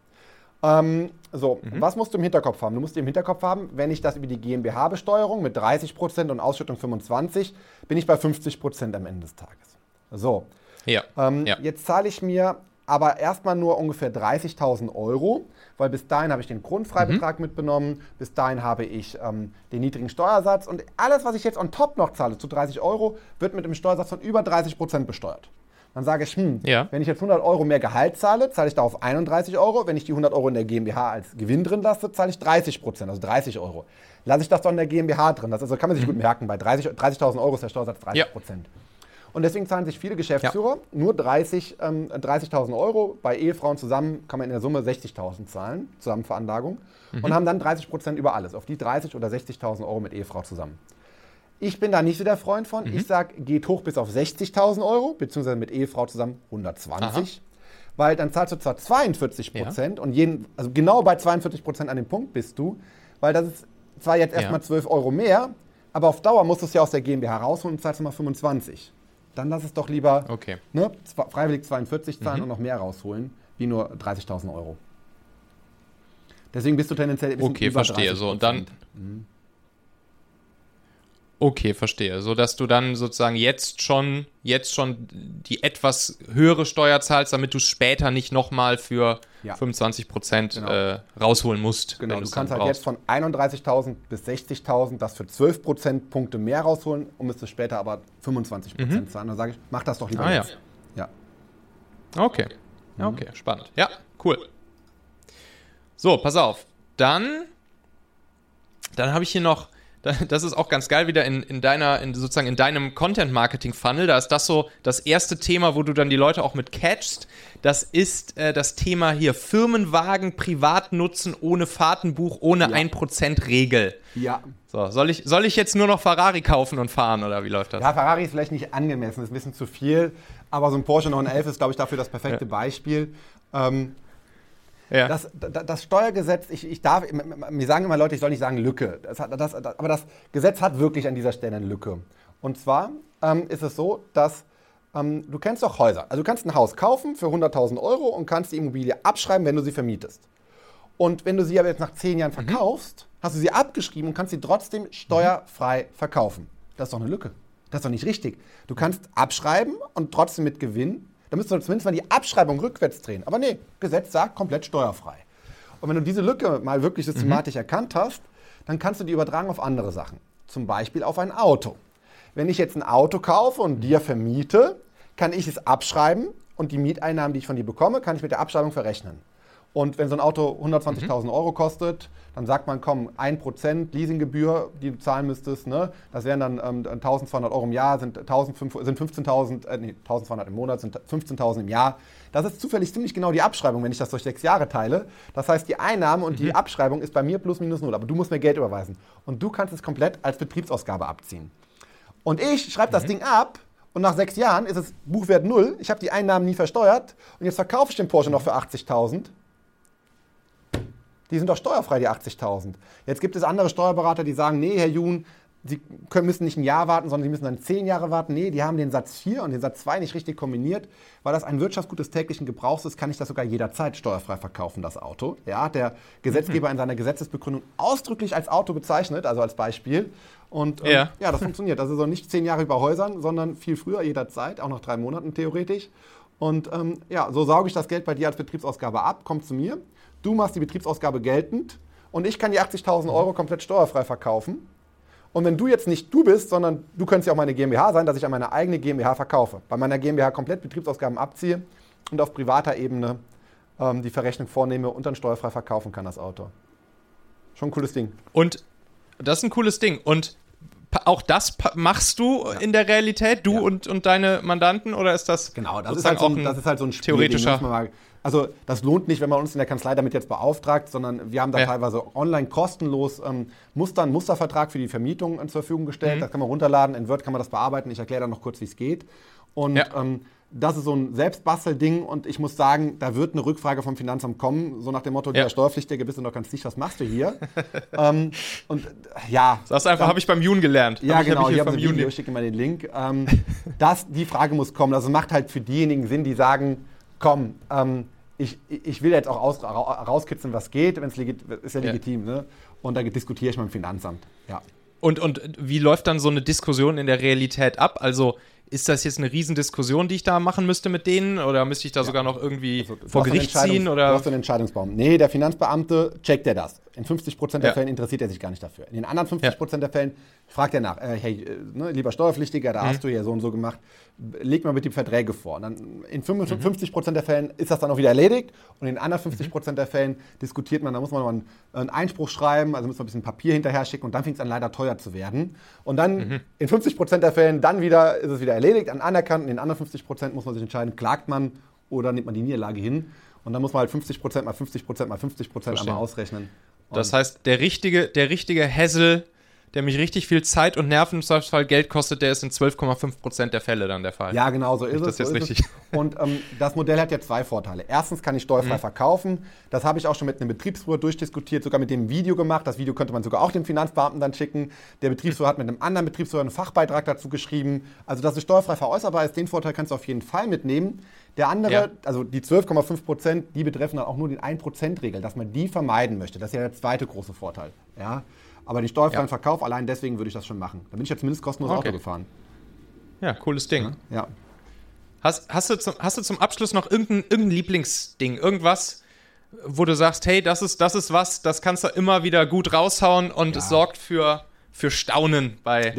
Was musst du im Hinterkopf haben? Du musst im Hinterkopf haben, wenn ich das über die GmbH-Besteuerung mit 30% und Ausschüttung 25%, bin ich bei 50% am Ende des Tages. So. Ja. Jetzt zahle ich mir aber erstmal nur ungefähr 30.000 Euro, weil bis dahin habe ich den Grundfreibetrag mitgenommen, bis dahin habe ich den niedrigen Steuersatz und alles, was ich jetzt on top noch zahle, zu 30 Euro, wird mit einem Steuersatz von über 30% besteuert. Dann sage ich, wenn ich jetzt 100 Euro mehr Gehalt zahle, zahle ich darauf 31 Euro. Wenn ich die 100 Euro in der GmbH als Gewinn drin lasse, zahle ich 30%, also 30 Euro. Lasse ich das doch in der GmbH drin. Das kann man sich gut merken. Bei 30.000 Euro ist der Steuersatz 30%. Und deswegen zahlen sich viele Geschäftsführer nur 30.000 Euro. Bei Ehefrauen zusammen kann man in der Summe 60.000 zahlen, Zusammenveranlagung. Und haben dann 30% über alles. Auf die 30.000 oder 60.000 Euro mit Ehefrau zusammen. Ich bin da nicht so der Freund von. Ich sage, geht hoch bis auf 60.000 Euro, beziehungsweise mit Ehefrau zusammen 120. Aha. Weil dann zahlst du zwar 42% und also genau bei 42% an dem Punkt bist du, weil das ist zwar jetzt erstmal 12 Euro mehr, aber auf Dauer musst du es ja aus der GmbH rausholen und zahlst nochmal 25. Dann lass es doch lieber freiwillig 42 zahlen und noch mehr rausholen, wie nur 30.000 Euro. Deswegen bist du tendenziell ein bisschen über 30%. Verstehe. So, und dann... Okay, verstehe. So dass du dann sozusagen jetzt schon die etwas höhere Steuer zahlst, damit du es später nicht nochmal für 25% rausholen musst. Genau, du kannst halt jetzt von 31.000 bis 60.000 das für 12 Prozentpunkte mehr rausholen und müsstest später aber 25% zahlen. Dann sage ich, mach das doch lieber jetzt. Ja. Okay. Okay, spannend. Ja, cool. So, pass auf. Dann habe ich hier noch... Das ist auch ganz geil wieder in deinem Content-Marketing-Funnel. Da ist das so das erste Thema, wo du dann die Leute auch mit catchst. Das ist das Thema hier Firmenwagen privat nutzen, ohne Fahrtenbuch, ohne 1%-Regel. Ja. So, soll ich jetzt nur noch Ferrari kaufen und fahren oder wie läuft das? Ja, Ferrari ist vielleicht nicht angemessen, ist ein bisschen zu viel. Aber so ein Porsche 911 ist, glaube ich, dafür das perfekte Beispiel. Das Steuergesetz, mir sagen immer Leute, ich soll nicht sagen Lücke, aber das Gesetz hat wirklich an dieser Stelle eine Lücke. Und zwar ist es so, dass du kennst doch Häuser. Also du kannst ein Haus kaufen für 100.000 Euro und kannst die Immobilie abschreiben, wenn du sie vermietest. Und wenn du sie aber jetzt nach 10 Jahren verkaufst, hast du sie abgeschrieben und kannst sie trotzdem steuerfrei verkaufen. Das ist doch eine Lücke. Das ist doch nicht richtig. Du kannst abschreiben und trotzdem mit Gewinn. Da müsstest du zumindest mal die Abschreibung rückwärts drehen. Aber nee, Gesetz sagt komplett steuerfrei. Und wenn du diese Lücke mal wirklich systematisch erkannt hast, dann kannst du die übertragen auf andere Sachen. Zum Beispiel auf ein Auto. Wenn ich jetzt ein Auto kaufe und dir vermiete, kann ich es abschreiben und die Mieteinnahmen, die ich von dir bekomme, kann ich mit der Abschreibung verrechnen. Und wenn so ein Auto 120.000 Euro kostet, dann sagt man, komm, 1% Leasinggebühr, die du zahlen müsstest, ne? Das wären dann 1.200 Euro im Jahr, sind 1.200 im Monat, sind 15.000 im Jahr. Das ist zufällig ziemlich genau die Abschreibung, wenn ich das durch 6 Jahre teile. Das heißt, die Einnahme und die Abschreibung ist bei mir plus minus null, aber du musst mir Geld überweisen. Und du kannst es komplett als Betriebsausgabe abziehen. Und ich schreibe das Ding ab und nach 6 Jahren ist es Buchwert 0. Ich habe die Einnahmen nie versteuert und jetzt verkaufe ich den Porsche noch für 80.000. Die sind doch steuerfrei, die 80.000. Jetzt gibt es andere Steuerberater, die sagen, nee, Herr Jun, Sie müssen nicht ein Jahr warten, sondern Sie müssen dann 10 Jahre warten. Nee, die haben den Satz 4 und den Satz 2 nicht richtig kombiniert. Weil das ein Wirtschaftsgut des täglichen Gebrauchs ist, kann ich das sogar jederzeit steuerfrei verkaufen, das Auto. Ja, hat der Gesetzgeber in seiner Gesetzesbegründung ausdrücklich als Auto bezeichnet, also als Beispiel. Und ja, das funktioniert. Das ist so nicht 10 Jahre über Häusern, sondern viel früher, jederzeit, auch nach 3 Monaten theoretisch. Und ja, so sauge ich das Geld bei dir als Betriebsausgabe ab, kommt zu mir. Du machst die Betriebsausgabe geltend und ich kann die 80.000 Euro komplett steuerfrei verkaufen. Und wenn du jetzt nicht du bist, sondern du könntest ja auch meine GmbH sein, dass ich an meine eigene GmbH verkaufe. Bei meiner GmbH komplett Betriebsausgaben abziehe und auf privater Ebene die Verrechnung vornehme und dann steuerfrei verkaufen kann, das Auto. Schon ein cooles Ding. Und das ist ein cooles Ding. Und auch das machst du in der Realität, du und deine Mandanten, oder ist das genau, das ist halt so ein theoretischer... Also das lohnt nicht, wenn man uns in der Kanzlei damit jetzt beauftragt, sondern wir haben da teilweise online kostenlos einen Mustervertrag für die Vermietung zur Verfügung gestellt. Das kann man runterladen, in Word kann man das bearbeiten. Ich erkläre dann noch kurz, wie es geht. Und das ist so ein Selbstbastelding und ich muss sagen, da wird eine Rückfrage vom Finanzamt kommen, so nach dem Motto, der Steuerpflichtige bist du noch ganz dicht, was machst du hier? Und ja. Das einfach, habe ich beim Jun gelernt. Ja, genau, hier haben wir ich schicke mal den Link. Die Frage muss kommen. Also es macht halt für diejenigen Sinn, die sagen, komm, ich will jetzt auch rauskitzeln, was geht, wenn es ist ja legitim, ne? Und da diskutiere ich mal im Finanzamt, ja. Und wie läuft dann so eine Diskussion in der Realität ab? Also ist das jetzt eine Riesendiskussion, die ich da machen müsste mit denen? Oder müsste ich da sogar noch irgendwie vor Gericht ziehen? Oder? Du hast einen Entscheidungsbaum. Nee, der Finanzbeamte checkt der das. In 50% der Fällen interessiert er sich gar nicht dafür. In den anderen 50% der Fällen fragt er nach. Hey, lieber Steuerpflichtiger, da hast du ja so und so gemacht. Leg mal bitte die Verträge vor. Und dann in 50% der Fällen ist das dann auch wieder erledigt. Und in den anderen 50% der Fällen diskutiert man, da muss man mal einen Einspruch schreiben, also muss man ein bisschen Papier hinterher schicken und dann fängt es an leider teuer zu werden. Und dann in 50% der Fällen dann wieder ist es wieder erledigt, anerkannt. In den anderen 50% muss man sich entscheiden, klagt man oder nimmt man die Niederlage hin. Und dann muss man halt 50% mal 50% mal 50% einmal ausrechnen. Das heißt, der richtige Hassel, der mich richtig viel Zeit und Nerven im Zweifelsfall Geld kostet, der ist in 12,5% der Fälle dann der Fall. Ja, genau, so ist es. Das jetzt richtig. Und das Modell hat ja 2 Vorteile. Erstens kann ich steuerfrei verkaufen. Das habe ich auch schon mit einem Betriebsführer durchdiskutiert, sogar mit dem Video gemacht. Das Video könnte man sogar auch dem Finanzbeamten dann schicken. Der Betriebsführer hat mit einem anderen Betriebsführer einen Fachbeitrag dazu geschrieben. Also, dass es steuerfrei veräußerbar ist, den Vorteil kannst du auf jeden Fall mitnehmen. Der andere, also die 12,5%, die betreffen dann auch nur die 1%-Regel, dass man die vermeiden möchte. Das ist ja der zweite große Vorteil. Ja? Aber den steuerfreien Verkauf, allein deswegen würde ich das schon machen. Da bin ich ja zumindest kostenlos Auto gefahren. Ja, cooles Ding. Ja. Hast du zum Abschluss noch irgendein Lieblingsding? Irgendwas, wo du sagst, hey, das ist was, das kannst du immer wieder gut raushauen und es sorgt für Staunen bei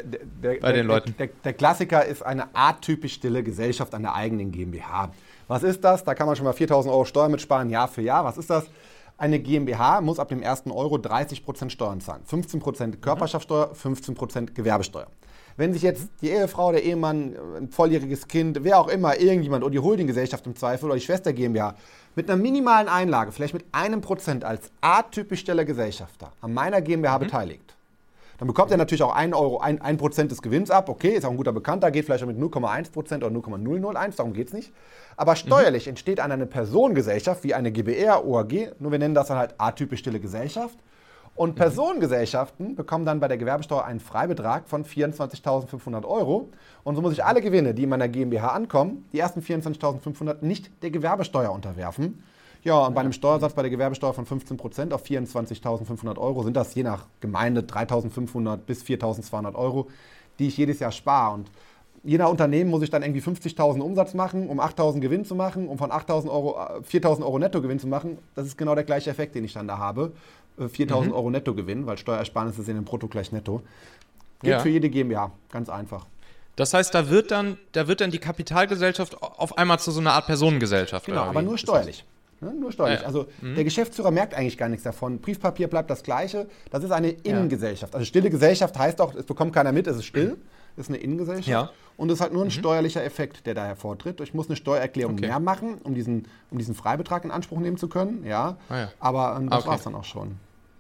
den Leuten. Der Klassiker ist eine atypisch stille Gesellschaft an der eigenen GmbH. Was ist das? Da kann man schon mal 4.000 Euro Steuer mitsparen, Jahr für Jahr. Was ist das? Eine GmbH muss ab dem 1. Euro 30% Steuern zahlen. 15% Körperschaftsteuer, 15% Gewerbesteuer. Wenn sich jetzt die Ehefrau, der Ehemann, ein volljähriges Kind, wer auch immer, irgendjemand oder die Holdinggesellschaft im Zweifel oder die Schwester GmbH mit einer minimalen Einlage, vielleicht mit 1% als atypisch stiller Gesellschafter an meiner GmbH beteiligt, dann bekommt er natürlich auch 1% des Gewinns ab. Okay, ist auch ein guter Bekannter, geht vielleicht auch mit 0,1% oder 0,001, darum geht es nicht. Aber steuerlich entsteht an eine Personengesellschaft wie eine GbR, OAG, nur wir nennen das dann halt atypisch stille Gesellschaft. Und Personengesellschaften bekommen dann bei der Gewerbesteuer einen Freibetrag von 24.500 Euro. Und so muss ich alle Gewinne, die in meiner GmbH ankommen, die ersten 24.500 nicht der Gewerbesteuer unterwerfen. Ja, und bei einem Steuersatz bei der Gewerbesteuer von 15% auf 24.500 Euro sind das je nach Gemeinde 3.500 bis 4.200 Euro, die ich jedes Jahr spare. Und jeder Unternehmen muss ich dann irgendwie 50.000 Umsatz machen, um 8.000 Gewinn zu machen, um von 8.000 Euro 4.000 Euro Nettogewinn zu machen. Das ist genau der gleiche Effekt, den ich dann da habe. 4.000 Euro Nettogewinn, weil Steuerersparnisse sind im Brutto gleich Netto. Geht für jede GmbH, ganz einfach. Das heißt, da wird dann die Kapitalgesellschaft auf einmal zu so einer Art Personengesellschaft. Genau, aber nur steuerlich. Nur steuerlich. Ja. Also der Geschäftsführer merkt eigentlich gar nichts davon. Briefpapier bleibt das Gleiche. Das ist eine Innengesellschaft. Also stille Gesellschaft heißt auch, es bekommt keiner mit, es ist still. Das ist eine Innengesellschaft. Ja. Und es ist halt nur ein steuerlicher Effekt, der da hervortritt. Ich muss eine Steuererklärung mehr machen, um diesen Freibetrag in Anspruch nehmen zu können. Ja. Aber das war es dann auch schon.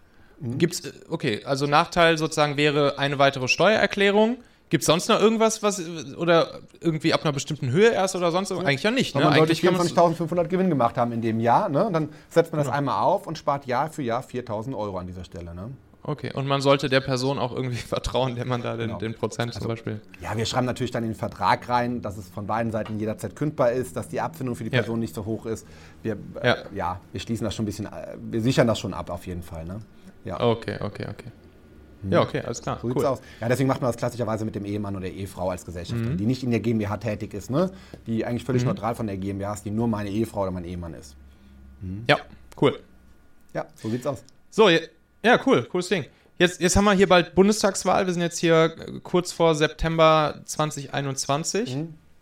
Also Nachteil sozusagen wäre eine weitere Steuererklärung. Gibt es sonst noch irgendwas, oder irgendwie ab einer bestimmten Höhe erst oder sonst? Eigentlich ja nicht. Ne? Man sollte 24.500 Gewinn gemacht haben in dem Jahr. Ne? Und dann setzt man das einmal auf und spart Jahr für Jahr 4.000 Euro an dieser Stelle. Ne? Okay, und man sollte der Person auch irgendwie vertrauen, der man da den Prozent zum Beispiel... Ja, wir schreiben natürlich dann in den Vertrag rein, dass es von beiden Seiten jederzeit kündbar ist, dass die Abfindung für die Person nicht so hoch ist. Wir schließen das schon ein bisschen, wir sichern das schon ab auf jeden Fall. Ne? Ja. Okay. Ja, okay, alles klar. So sieht's aus. Ja, deswegen macht man das klassischerweise mit dem Ehemann oder Ehefrau als Gesellschafterin, die nicht in der GmbH tätig ist, ne? Die eigentlich völlig neutral von der GmbH ist, die nur meine Ehefrau oder mein Ehemann ist. Ja, cool. Ja, so sieht's aus. So, ja, cool, cooles Ding. Jetzt haben wir hier bald Bundestagswahl. Wir sind jetzt hier kurz vor September 2021.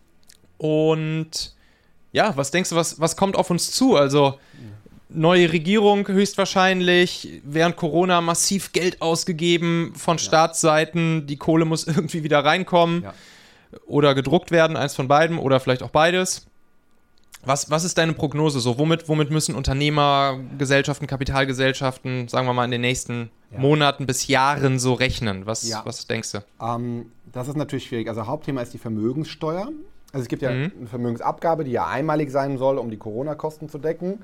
Und ja, was denkst du, was kommt auf uns zu? Also neue Regierung höchstwahrscheinlich, während Corona massiv Geld ausgegeben von Staatsseiten, die Kohle muss irgendwie wieder reinkommen oder gedruckt werden, eins von beiden oder vielleicht auch beides. Was ist deine Prognose so? Womit müssen Unternehmer, Gesellschaften, Kapitalgesellschaften, sagen wir mal, in den nächsten Monaten bis Jahren so rechnen? Was denkst du? Das ist natürlich schwierig. Also Hauptthema ist die Vermögenssteuer. Also es gibt ja eine Vermögensabgabe, die ja einmalig sein soll, um die Corona-Kosten zu decken.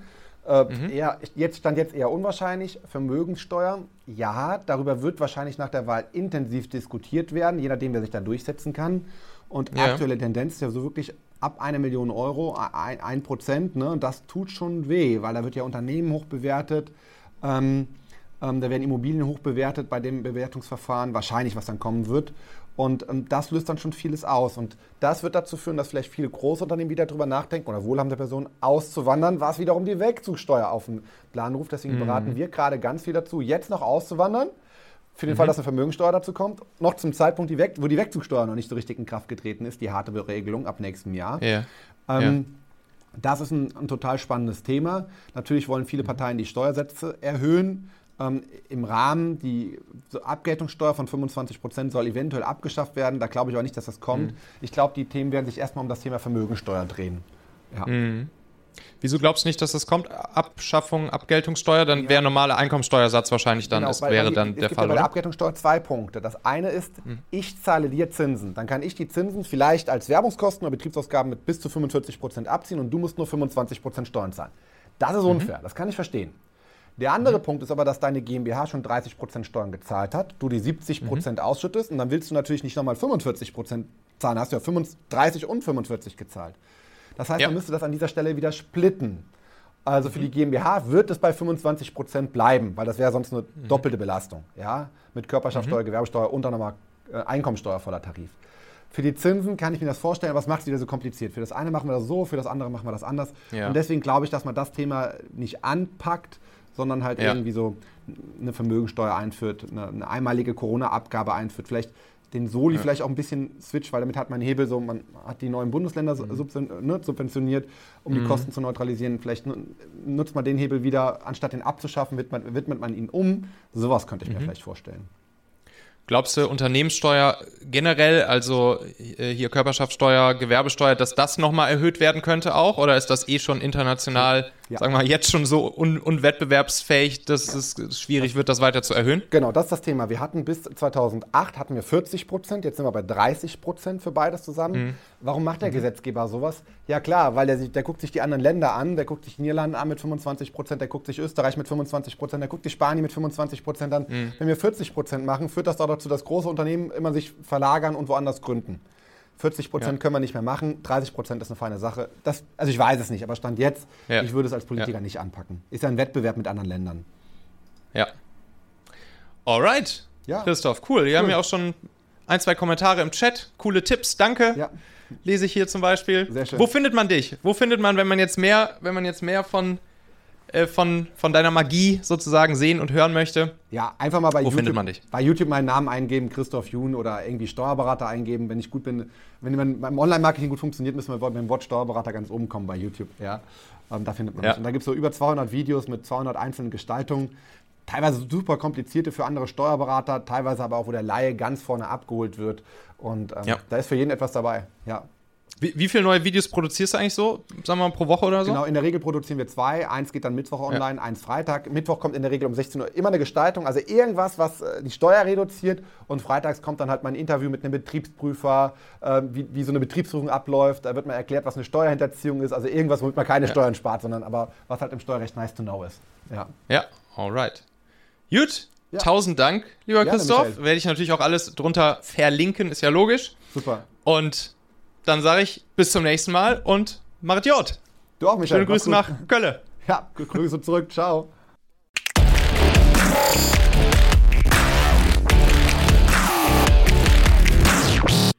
Jetzt eher unwahrscheinlich. Vermögenssteuer, ja, darüber wird wahrscheinlich nach der Wahl intensiv diskutiert werden, je nachdem, wer sich da durchsetzen kann. Und aktuelle Tendenz ist ja so wirklich ab 1 Million Euro, 1%, ne? Das tut schon weh, weil da wird ja Unternehmen hoch bewertet, da werden Immobilien hoch bewertet bei dem Bewertungsverfahren, wahrscheinlich, was dann kommen wird. Und das löst dann schon vieles aus. Und das wird dazu führen, dass vielleicht viele Großunternehmen wieder darüber nachdenken oder wohlhabende Personen auszuwandern, was wiederum die Wegzugsteuer auf den Plan ruft. Deswegen beraten wir gerade ganz viel dazu, jetzt noch auszuwandern, für den Fall, dass eine Vermögensteuer dazu kommt, noch zum Zeitpunkt, wo die Wegzugsteuer noch nicht so richtig in Kraft getreten ist, die harte Regelung ab nächstem Jahr. Das ist ein total spannendes Thema. Natürlich wollen viele Parteien die Steuersätze erhöhen. Im Rahmen, die Abgeltungssteuer von 25% soll eventuell abgeschafft werden. Da glaube ich aber nicht, dass das kommt. Ich glaube, die Themen werden sich erstmal um das Thema Vermögensteuer drehen. Ja. Wieso glaubst du nicht, dass das kommt? Abschaffung, Abgeltungssteuer, dann wäre normaler Einkommensteuersatz wahrscheinlich dann, wäre dann der Fall, Es gibt ja bei der Abgeltungssteuer 2 Punkte. Das eine ist, ich zahle dir Zinsen. Dann kann ich die Zinsen vielleicht als Werbungskosten oder Betriebsausgaben mit bis zu 45% abziehen und du musst nur 25% Steuern zahlen. Das ist unfair, das kann ich verstehen. Der andere Punkt ist aber, dass deine GmbH schon 30% Steuern gezahlt hat, du die 70% ausschüttest und dann willst du natürlich nicht nochmal 45% zahlen, hast du ja 35 und 45 gezahlt. Das heißt, man müsste das an dieser Stelle wieder splitten. Also für die GmbH wird es bei 25% bleiben, weil das wäre sonst eine doppelte Belastung. Ja? Mit Körperschaftsteuer, Gewerbesteuer und dann nochmal Einkommensteuer voller Tarif. Für die Zinsen kann ich mir das vorstellen, aber was macht es wieder so kompliziert? Für das eine machen wir das so, für das andere machen wir das anders. Ja. Und deswegen glaube ich, dass man das Thema nicht anpackt, sondern halt irgendwie so eine Vermögensteuer einführt, eine einmalige Corona-Abgabe einführt, vielleicht den Soli vielleicht auch ein bisschen switcht, weil damit hat man einen Hebel, so man hat die neuen Bundesländer subventioniert, um die Kosten zu neutralisieren. Vielleicht nutzt man den Hebel wieder, anstatt den abzuschaffen, widmet man ihn um. Sowas könnte ich mir vielleicht vorstellen. Glaubst du, Unternehmenssteuer generell, also hier Körperschaftsteuer, Gewerbesteuer, dass das nochmal erhöht werden könnte auch? Oder ist das schon international, sagen wir mal, jetzt schon so unwettbewerbsfähig, dass es schwierig wird, das weiter zu erhöhen? Genau, das ist das Thema. Wir hatten bis 2008 hatten wir 40%, jetzt sind wir bei 30% für beides zusammen. Warum macht der Gesetzgeber sowas? Ja klar, weil der guckt sich die anderen Länder an, der guckt sich Niederlande an mit 25%, der guckt sich Österreich mit 25%, der guckt sich Spanien mit 25% an. Wenn wir 40% machen, führt das dazu, dass große Unternehmen immer sich verlagern und woanders gründen. 40% können wir nicht mehr machen, 30% ist eine feine Sache. Also ich weiß es nicht, aber Stand jetzt, ich würde es als Politiker nicht anpacken. Ist ja ein Wettbewerb mit anderen Ländern. Ja. Alright. Christoph, cool. Wir haben ja auch schon ein, zwei Kommentare im Chat, coole Tipps, danke. Ja. Lese ich hier zum Beispiel. Sehr schön. Wo findet man dich? Wo findet man, wenn man jetzt mehr von deiner Magie sozusagen sehen und hören möchte? Ja, einfach mal bei Wo findet man dich? Bei YouTube meinen Namen eingeben, Christoph Jun oder irgendwie Steuerberater eingeben. Wenn ich gut bin, wenn man beim Online-Marketing gut funktioniert, müssen wir mit dem Wort Steuerberater ganz oben kommen bei YouTube. Ja, da findet man mich. Und da gibt es so über 200 Videos mit 200 einzelnen Gestaltungen. Teilweise super komplizierte für andere Steuerberater, teilweise aber auch, wo der Laie ganz vorne abgeholt wird. Und da ist für jeden etwas dabei. Ja. Wie viele neue Videos produzierst du eigentlich so? Sagen wir mal pro Woche oder so? Genau, in der Regel produzieren wir 2. Eins geht dann Mittwoch online, eins Freitag. Mittwoch kommt in der Regel um 16 Uhr immer eine Gestaltung, also irgendwas, was die Steuer reduziert. Und freitags kommt dann halt mal ein Interview mit einem Betriebsprüfer, wie so eine Betriebsprüfung abläuft. Da wird mal erklärt, was eine Steuerhinterziehung ist. Also irgendwas, womit man keine Steuern spart, sondern aber was halt im Steuerrecht nice to know ist. Ja, alright. Gut, 1000 Dank, lieber Christoph. Michael. Werde ich natürlich auch alles drunter verlinken, ist ja logisch. Super. Und dann sage ich bis zum nächsten Mal und Marit J. Du auch, Michael. Schöne Grüße nach Köln. Ja, Grüße zurück. Ciao.